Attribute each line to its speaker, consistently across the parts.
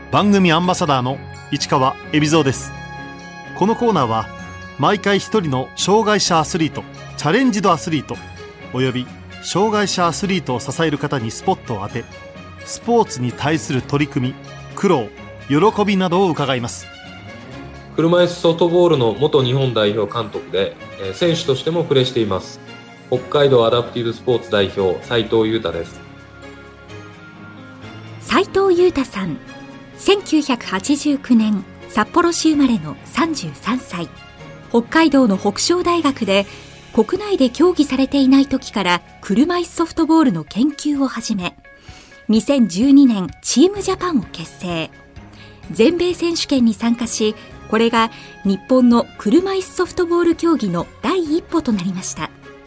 Speaker 1: 番組アンバサダーの市川恵比蔵です。このコーナーは毎回一人の障害者アスリート、チャレンジドアスリートおよび障害者アスリートを支える方にスポットを当て、スポーツに対する取り組み、苦労、喜びなどを伺います。
Speaker 2: 車椅子ソフトボールの元日本代表監督で、選手としてもプレーしています。北海道アダプティブスポーツ代表、斉藤裕太です。
Speaker 3: 斉藤裕太さん、1989年札幌市生まれの33歳。北海道の北昇大学で国内で競技されていない時から車椅子ソフトボールの研究を始め、2012年チームジャパンを結成。全米選手権に参加し、これが日本の車椅子ソフトボール競技の第一歩となりました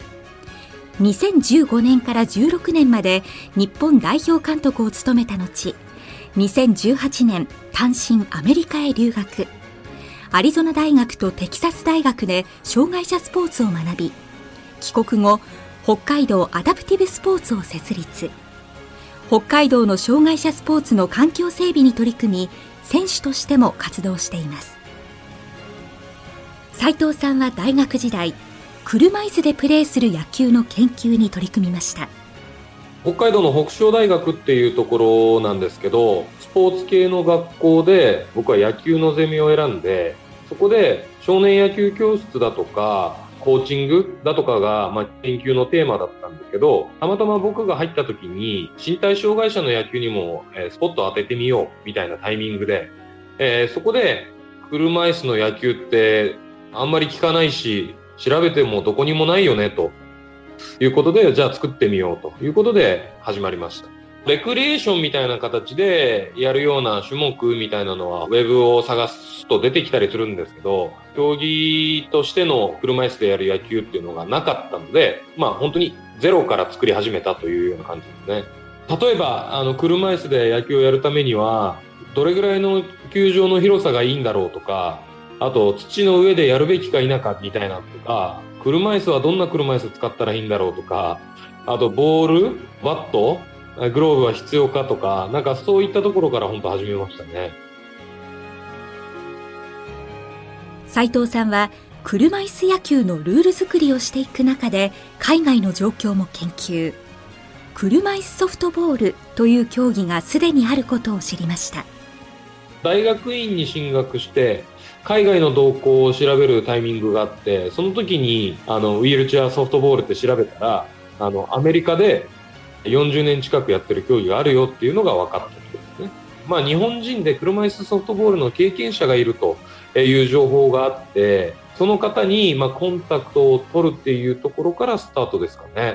Speaker 3: 。2015年から16年まで日本代表監督を務めた後、2018年単身アメリカへ留学。アリゾナ大学とテキサス大学で障害者スポーツを学び、帰国後北海道アダプティブスポーツを設立。北海道の障害者スポーツの環境整備に取り組み、選手としても活動しています。斉藤さんは大学時代、車椅子でプレーする野球の研究に取り組みました。
Speaker 2: 北海道の北昇大学っていうところなんですけど、スポーツ系の学校で僕は野球のゼミを選んで、そこで少年野球教室だとかコーチングだとかが、研究のテーマだったんですけど、たまたま僕が入った時に身体障害者の野球にもスポットを当ててみようみたいなタイミングで、そこで車椅子の野球ってあんまり聞かないし、調べてもどこにもないよねということで、じゃあ作ってみようということで始まりました。レクリエーションみたいな形でやるような種目みたいなのはウェブを探すと出てきたりするんですけど、競技としての車椅子でやる野球っていうのがなかったので、本当にゼロから作り始めたというような感じですね。例えば車椅子で野球をやるためにはどれぐらいの球場の広さがいいんだろうとか、あと土の上でやるべきか否かみたいなとか、車椅子はどんな車椅子使ったらいいんだろうとか、あとボール、バット、グローブは必要かとか、そういったところから本当始めましたね。
Speaker 3: 斉藤さんは車椅子野球のルール作りをしていく中で、海外の状況も研究。車椅子ソフトボールという競技がすでにあることを知りました。
Speaker 2: 大学院に進学して海外の動向を調べるタイミングがあって、その時にウィールチェアソフトボールって調べたら、アメリカで40年近くやってる競技があるよっていうのが分かったんですね。日本人で車椅子ソフトボールの経験者がいるという情報があって、その方にコンタクトを取るっていうところからスタートですかね。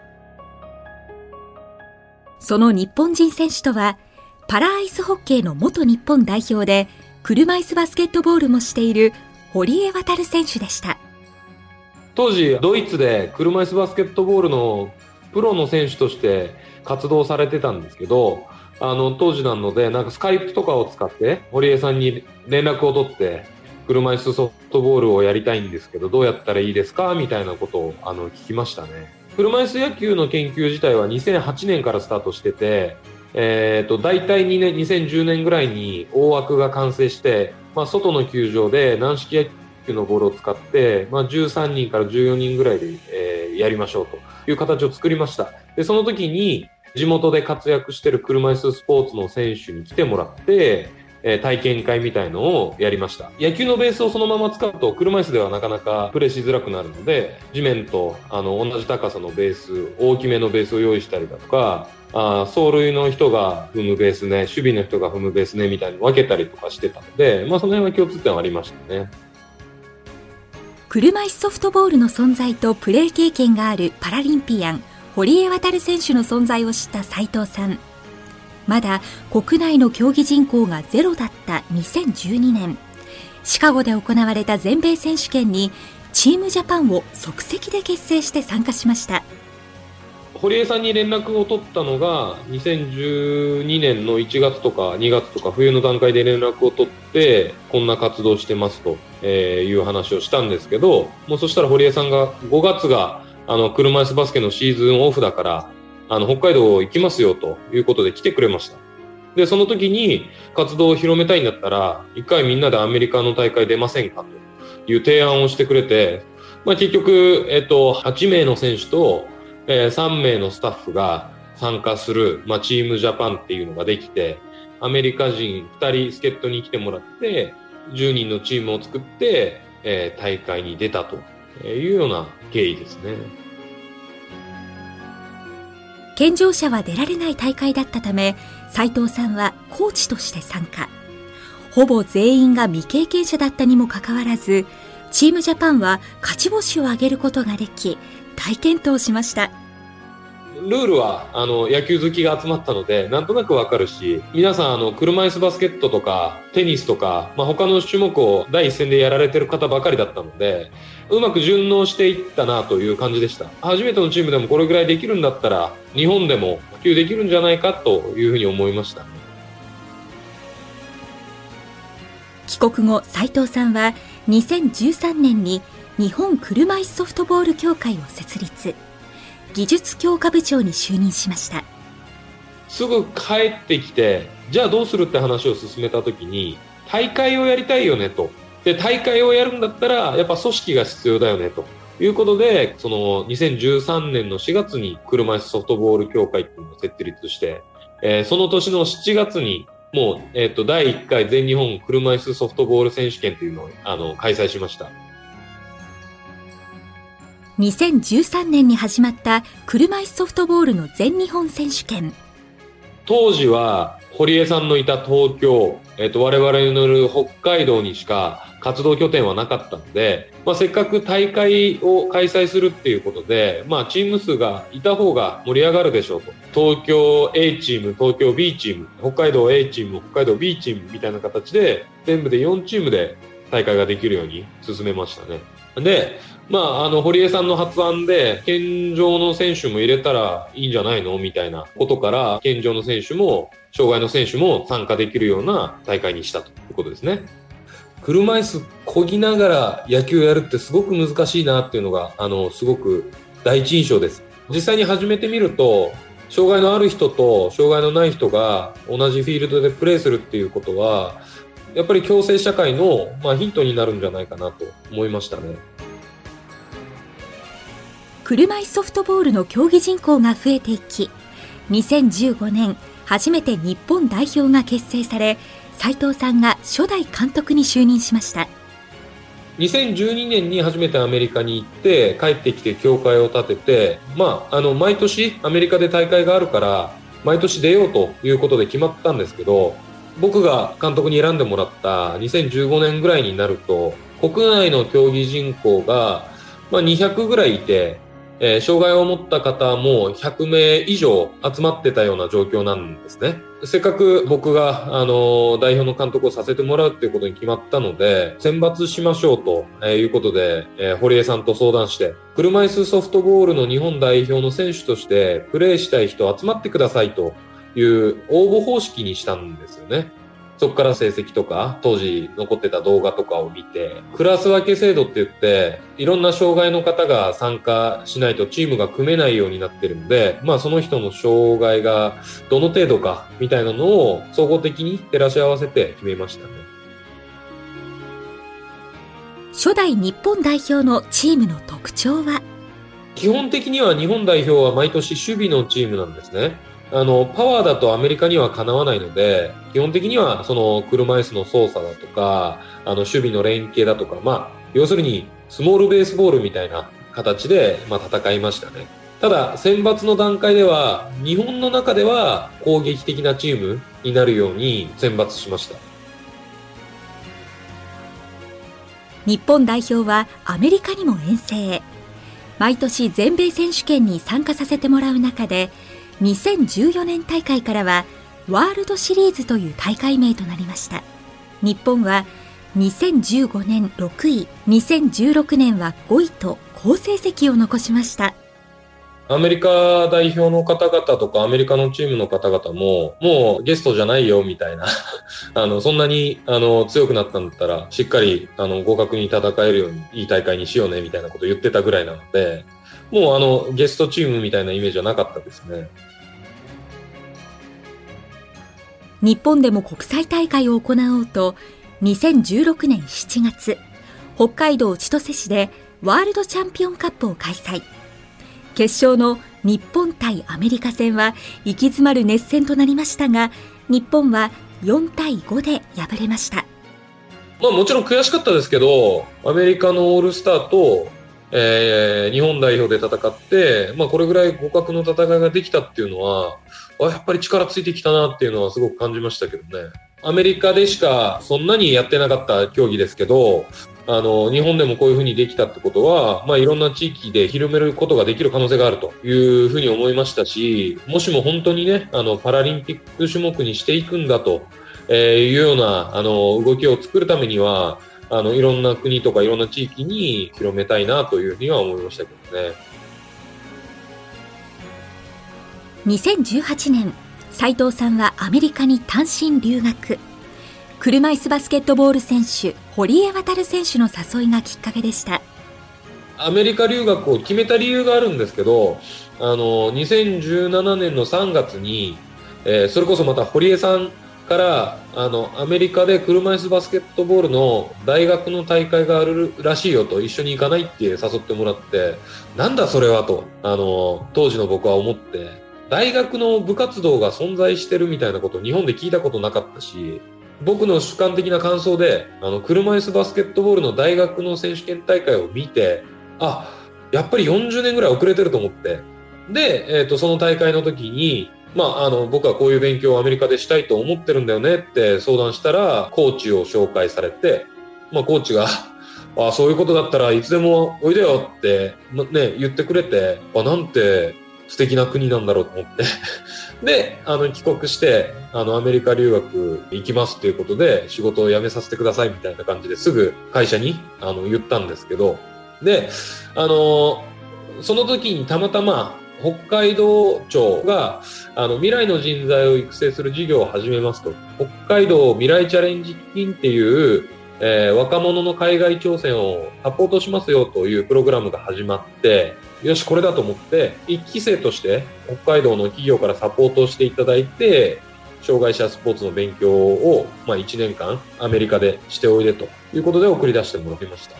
Speaker 3: その日本人選手とは、パラアイスホッケーの元日本代表で車椅子バスケットボールもしている堀江航選手でした。
Speaker 2: 当時ドイツで車椅子バスケットボールのプロの選手として活動されてたんですけど、当時なのでスカイプとかを使って堀江さんに連絡を取って、車椅子ソフトボールをやりたいんですけどどうやったらいいですかみたいなことを聞きましたね。車椅子野球の研究自体は2008年からスタートしてて、大体2年2010年ぐらいに大枠が完成して、外の球場で軟式野球のボールを使って、13人から14人ぐらいで、やりましょうという形を作りました。でその時に地元で活躍している車椅子スポーツの選手に来てもらって、体験会みたいのをやりました。野球のベースをそのまま使うと車椅子ではなかなかプレーしづらくなるので、地面と同じ高さのベース、大きめのベースを用意したりだとか、走塁の人が踏むベースね、守備の人が踏むベースねみたいに分けたりとかしてたので、その辺は共通点はありましたね。
Speaker 3: 車椅子ソフトボールの存在とプレー経験があるパラリンピアン堀江航選手の存在を知った斉藤さん。まだ国内の競技人口がゼロだった2012年、シカゴで行われた全米選手権にチームジャパンを即席で結成して参加しました。
Speaker 2: 堀江さんに連絡を取ったのが2012年の1月とか2月とか冬の段階で連絡を取って、こんな活動してますという話をしたんですけど、もうそしたら堀江さんが5月が車椅子バスケのシーズンオフだから北海道行きますよということで来てくれました。 で、その時に活動を広めたいんだったら、一回みんなでアメリカの大会出ませんかという提案をしてくれて、結局、8名の選手と、3名のスタッフが参加する、チームジャパンっていうのができて、アメリカ人2人助っ人に来てもらって、10人のチームを作って、大会に出たというような経緯ですね。
Speaker 3: 健常者は出られない大会だったため、斉藤さんはコーチとして参加。ほぼ全員が未経験者だったにもかかわらず、チームジャパンは勝ち星を挙げることができ、大健闘しました。
Speaker 2: ルールは野球好きが集まったのでなんとなくわかるし、皆さん車椅子バスケットとかテニスとか、他の種目を第一線でやられてる方ばかりだったので、うまく順応していったなという感じでした。初めてのチームでもこれぐらいできるんだったら日本でも普及できるんじゃないかというふうに思いました。
Speaker 3: 帰国後、斉藤さんは2013年に日本車椅子ソフトボール協会を設立。技術強化部長に就任しました。
Speaker 2: すぐ帰ってきて、じゃあどうするって話を進めたときに、大会をやりたいよねと。で、大会をやるんだったらやっぱ組織が必要だよねということで、その2013年の4月に車椅子ソフトボール協会っていうのを設立して、その年の7月にもう、第1回全日本車椅子ソフトボール選手権というのを開催しました。
Speaker 3: 2013年に始まった車椅子ソフトボールの全日本選手権。
Speaker 2: 当時は堀江さんのいた東京、我々のいる北海道にしか活動拠点はなかったので、せっかく大会を開催するっていうことで、チーム数がいた方が盛り上がるでしょうと。東京 A チーム、東京 B チーム、北海道 A チーム、北海道 B チームみたいな形で、全部で4チームで大会ができるように進めましたね。で、堀江さんの発案で、健常の選手も入れたらいいんじゃないのみたいなことから、健常の選手も、障害の選手も参加できるような大会にしたということですね。車椅子漕ぎながら野球をやるってすごく難しいなっていうのが、すごく第一印象です。実際に始めてみると、障害のある人と障害のない人が同じフィールドでプレーするっていうことは、やっぱり共生社会の、ヒントになるんじゃないかなと思いましたね。
Speaker 3: 車椅子ソフトボールの競技人口が増えていき、2015年初めて日本代表が結成され、斉藤さんが初代監督に就任しました。
Speaker 2: 2012年に初めてアメリカに行って帰ってきて協会を立てて、毎年アメリカで大会があるから毎年出ようということで決まったんですけど、僕が監督に選んでもらった2015年ぐらいになると、国内の競技人口が200ぐらいいて、障害を持った方も100名以上集まってたような状況なんですね。せっかく僕が代表の監督をさせてもらうっていうことに決まったので、選抜しましょうということで、堀江さんと相談して、車椅子ソフトボールの日本代表の選手としてプレーしたい人集まってくださいという応募方式にしたんですよね。そこから成績とか当時残ってた動画とかを見て、クラス分け制度って言っていろんな障害の方が参加しないとチームが組めないようになってるので、その人の障害がどの程度かみたいなのを総合的に照らし合わせて決めましたね。
Speaker 3: 初代日本代表のチームの特徴は？
Speaker 2: 基本的には日本代表は毎年守備のチームなんですね。パワーだとアメリカにはかなわないので、基本的にはその車椅子の操作だとか、守備の連携だとか、要するにスモールベースボールみたいな形で、戦いましたね。ただ、選抜の段階では、日本の中では攻撃的なチームになるように選抜しました。
Speaker 3: 日本代表はアメリカにも遠征。毎年全米選手権に参加させてもらう中で、2014年大会からはワールドシリーズという大会名となりました。日本は2015年6位、2016年は5位と好成績を残しました。
Speaker 2: アメリカ代表の方々とかアメリカのチームの方々ももうゲストじゃないよみたいなそんなに強くなったんだったらしっかり合格に戦えるようにいい大会にしようねみたいなことを言ってたぐらいなので、もうゲストチームみたいなイメージはなかったですね。
Speaker 3: 日本でも国際大会を行おうと2016年7月、北海道千歳市でワールドチャンピオンカップを開催。決勝の日本対アメリカ戦は息詰まる熱戦となりましたが、日本は4対5で敗れました。
Speaker 2: もちろん悔しかったですけど、アメリカのオールスターと、日本代表で戦って、これぐらい互角の戦いができたっていうのは、やっぱり力ついてきたなっていうのはすごく感じましたけどね。アメリカでしかそんなにやってなかった競技ですけど、日本でもこういう風にできたってことは、いろんな地域で広めることができる可能性があるという風に思いましたし、もしも本当にね、パラリンピック種目にしていくんだというような、動きを作るためには、いろんな国とかいろんな地域に広めたいなというふうには思いましたけどね。
Speaker 3: 2018年、斉藤さんはアメリカに単身留学。車椅子バスケットボール選手、堀江航選手の誘いがきっかけでした。
Speaker 2: アメリカ留学を決めた理由があるんですけど、2017年の3月に、それこそまた堀江さんからアメリカで車椅子バスケットボールの大学の大会があるらしいよと、一緒に行かないって誘ってもらって、なんだそれはと当時の僕は思って、大学の部活動が存在してるみたいなことを日本で聞いたことなかったし、僕の主観的な感想で車椅子バスケットボールの大学の選手権大会を見て、やっぱり40年ぐらい遅れてると思って、で、その大会の時に僕はこういう勉強をアメリカでしたいと思ってるんだよねって相談したら、コーチを紹介されて、コーチがそういうことだったらいつでもおいでよってね、言ってくれて、なんて素敵な国なんだろうと思ってで、帰国してアメリカ留学行きますっていうことで、仕事を辞めさせてくださいみたいな感じですぐ会社に言ったんですけど、でその時にたまたま北海道庁が未来の人材を育成する事業を始めますと、北海道未来チャレンジ基金っていう、若者の海外挑戦をサポートしますよというプログラムが始まって、よしこれだと思って1期生として北海道の企業からサポートをしていただいて、障害者スポーツの勉強を1年間アメリカでしておいでということで送り出してもらいました。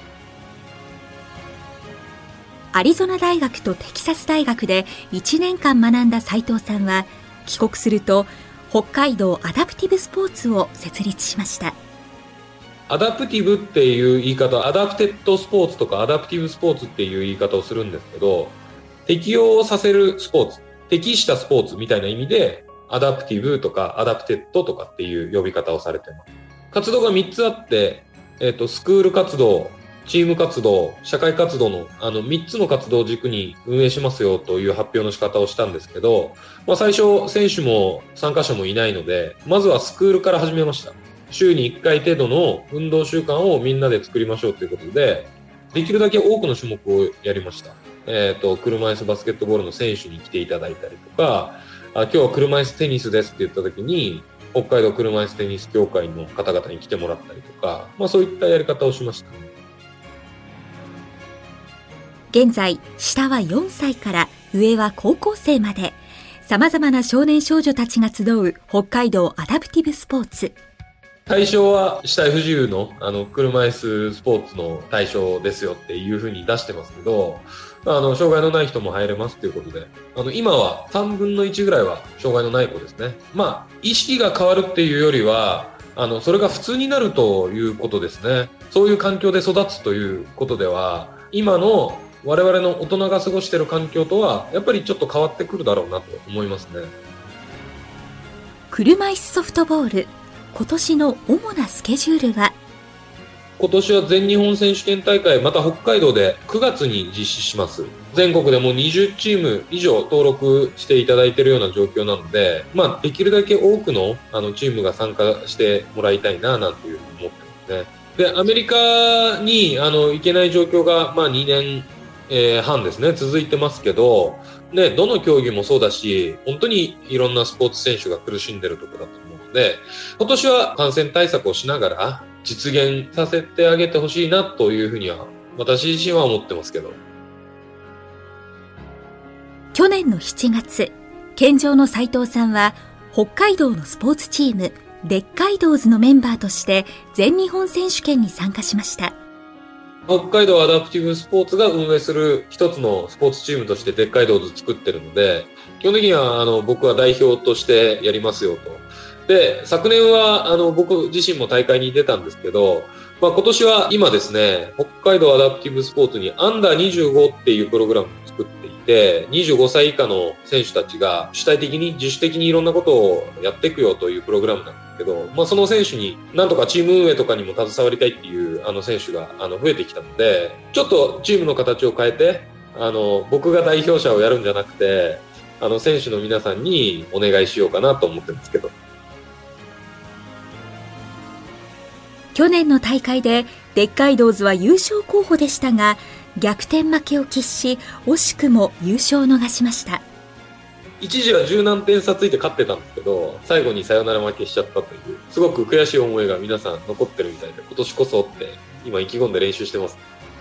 Speaker 3: アリゾナ大学とテキサス大学で1年間学んだ斉藤さんは、帰国すると北海道アダプティブスポーツを設立しました。
Speaker 2: アダプティブっていう言い方、アダプテッドスポーツとかアダプティブスポーツっていう言い方をするんですけど、適応させるスポーツ、適したスポーツみたいな意味で、アダプティブとかアダプテッドとかっていう呼び方をされています。活動が3つあって、スクール活動、チーム活動、社会活動の3つの活動を軸に運営しますよという発表の仕方をしたんですけど、最初選手も参加者もいないので、まずはスクールから始めました。週に1回程度の運動習慣をみんなで作りましょうということで、できるだけ多くの種目をやりました。車椅子バスケットボールの選手に来ていただいたりとか、今日は車椅子テニスですって言った時に、北海道車椅子テニス協会の方々に来てもらったりとか、そういったやり方をしました。
Speaker 3: 現在、下は4歳から上は高校生まで、様々な少年少女たちが集う北海道アダプティブスポーツ。
Speaker 2: 対象は肢体不自由の車椅子スポーツの対象ですよっていう風に出してますけど、障害のない人も入れますということで、今は3分の1ぐらいは障害のない子ですね。意識が変わるっていうよりは、それが普通になるということですね。そういう環境で育つということでは、今の我々の大人が過ごしている環境とはやっぱりちょっと変わってくるだろうなと思いますね。
Speaker 3: 車椅子ソフトボール、今年の主なスケジュールは？
Speaker 2: 今年は全日本選手権大会、また北海道で9月に実施します。全国でも20チーム以上登録していただいているような状況なので、できるだけ多くのチームが参加してもらいたいななんていうふうに思ってますね。で、アメリカに行けない状況が2年半ですね、続いてますけど、ね、どの競技もそうだし、本当にいろんなスポーツ選手が苦しんでるところだと思うので、今年は感染対策をしながら実現させてあげてほしいなというふうには私自身は思ってますけど。
Speaker 3: 去年の7月、健常の斉藤さんは北海道のスポーツチームでっかいどうずのメンバーとして全日本選手権に参加しました。
Speaker 2: 北海道アダプティブスポーツが運営する一つのスポーツチームとしてでっかいどうず作ってるので、基本的には僕は代表としてやりますよと。で、昨年は僕自身も大会に出たんですけど、今年は今ですね、北海道アダプティブスポーツにアンダー25っていうプログラムを作っていて、25歳以下の選手たちが主体的に自主的にいろんなことをやっていくよというプログラムなんですけど、その選手になんとかチーム運営とかにも携わりたいっていう選手が増えてきたので、ちょっとチームの形を変えて、僕が代表者をやるんじゃなくて、選手の皆さんにお願いしようかなと思ってるんですけど。
Speaker 3: 去年の大会ででっかいどうずは優勝候補でしたが、逆転負けを喫し、惜しくも優勝を逃しました。
Speaker 2: 一時は十何点差ついて勝ってたんですけど、最後にサヨナラ負けしちゃったという、すごく悔しい思いが皆さん残ってるみたいで、今年こそって今意気込んで練習してます。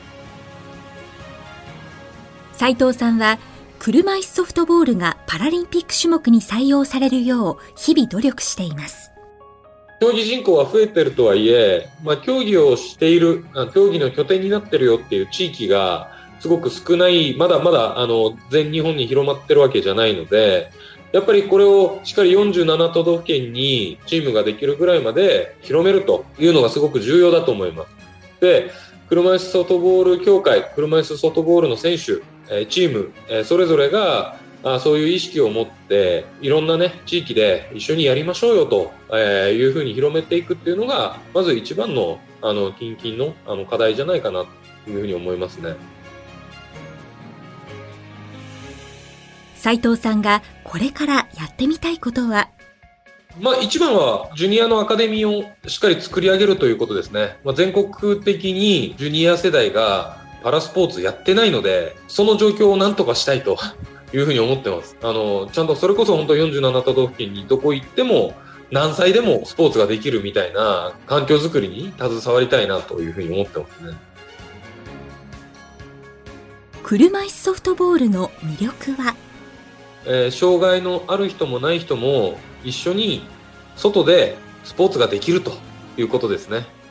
Speaker 3: 斉藤さんは、車椅子ソフトボールがパラリンピック種目に採用されるよう日々努力しています。
Speaker 2: 競技人口は増えてるとはいえ、競技をしている、競技の拠点になってるよっていう地域がすごく少ない、まだまだ全日本に広まってるわけじゃないので、やっぱりこれをしっかり47都道府県にチームができるぐらいまで広めるというのがすごく重要だと思います。で、車椅子ソフトボール協会、車椅子ソフトボールの選手、チーム、それぞれがそういう意識を持っていろんなね地域で一緒にやりましょうよというふうに広めていくっていうのがまず一番の近々の課題じゃないかなというふうに思いますね。
Speaker 3: 斉藤さんがこれからやってみたいことは、
Speaker 2: 一番はジュニアのアカデミーをしっかり作り上げるということですね。全国的にジュニア世代がパラスポーツやってないので、その状況をなんとかしたいというふうに思ってます。ちゃんとそれこそ本当47都道府県にどこ行っても何歳でもスポーツができるみたいな環境づくりに携わりたいなというふうに思ってますね。
Speaker 3: 車椅子ソフトボールの魅力は、
Speaker 2: 障害のある人もない人も一緒に外でスポーツができるということですね。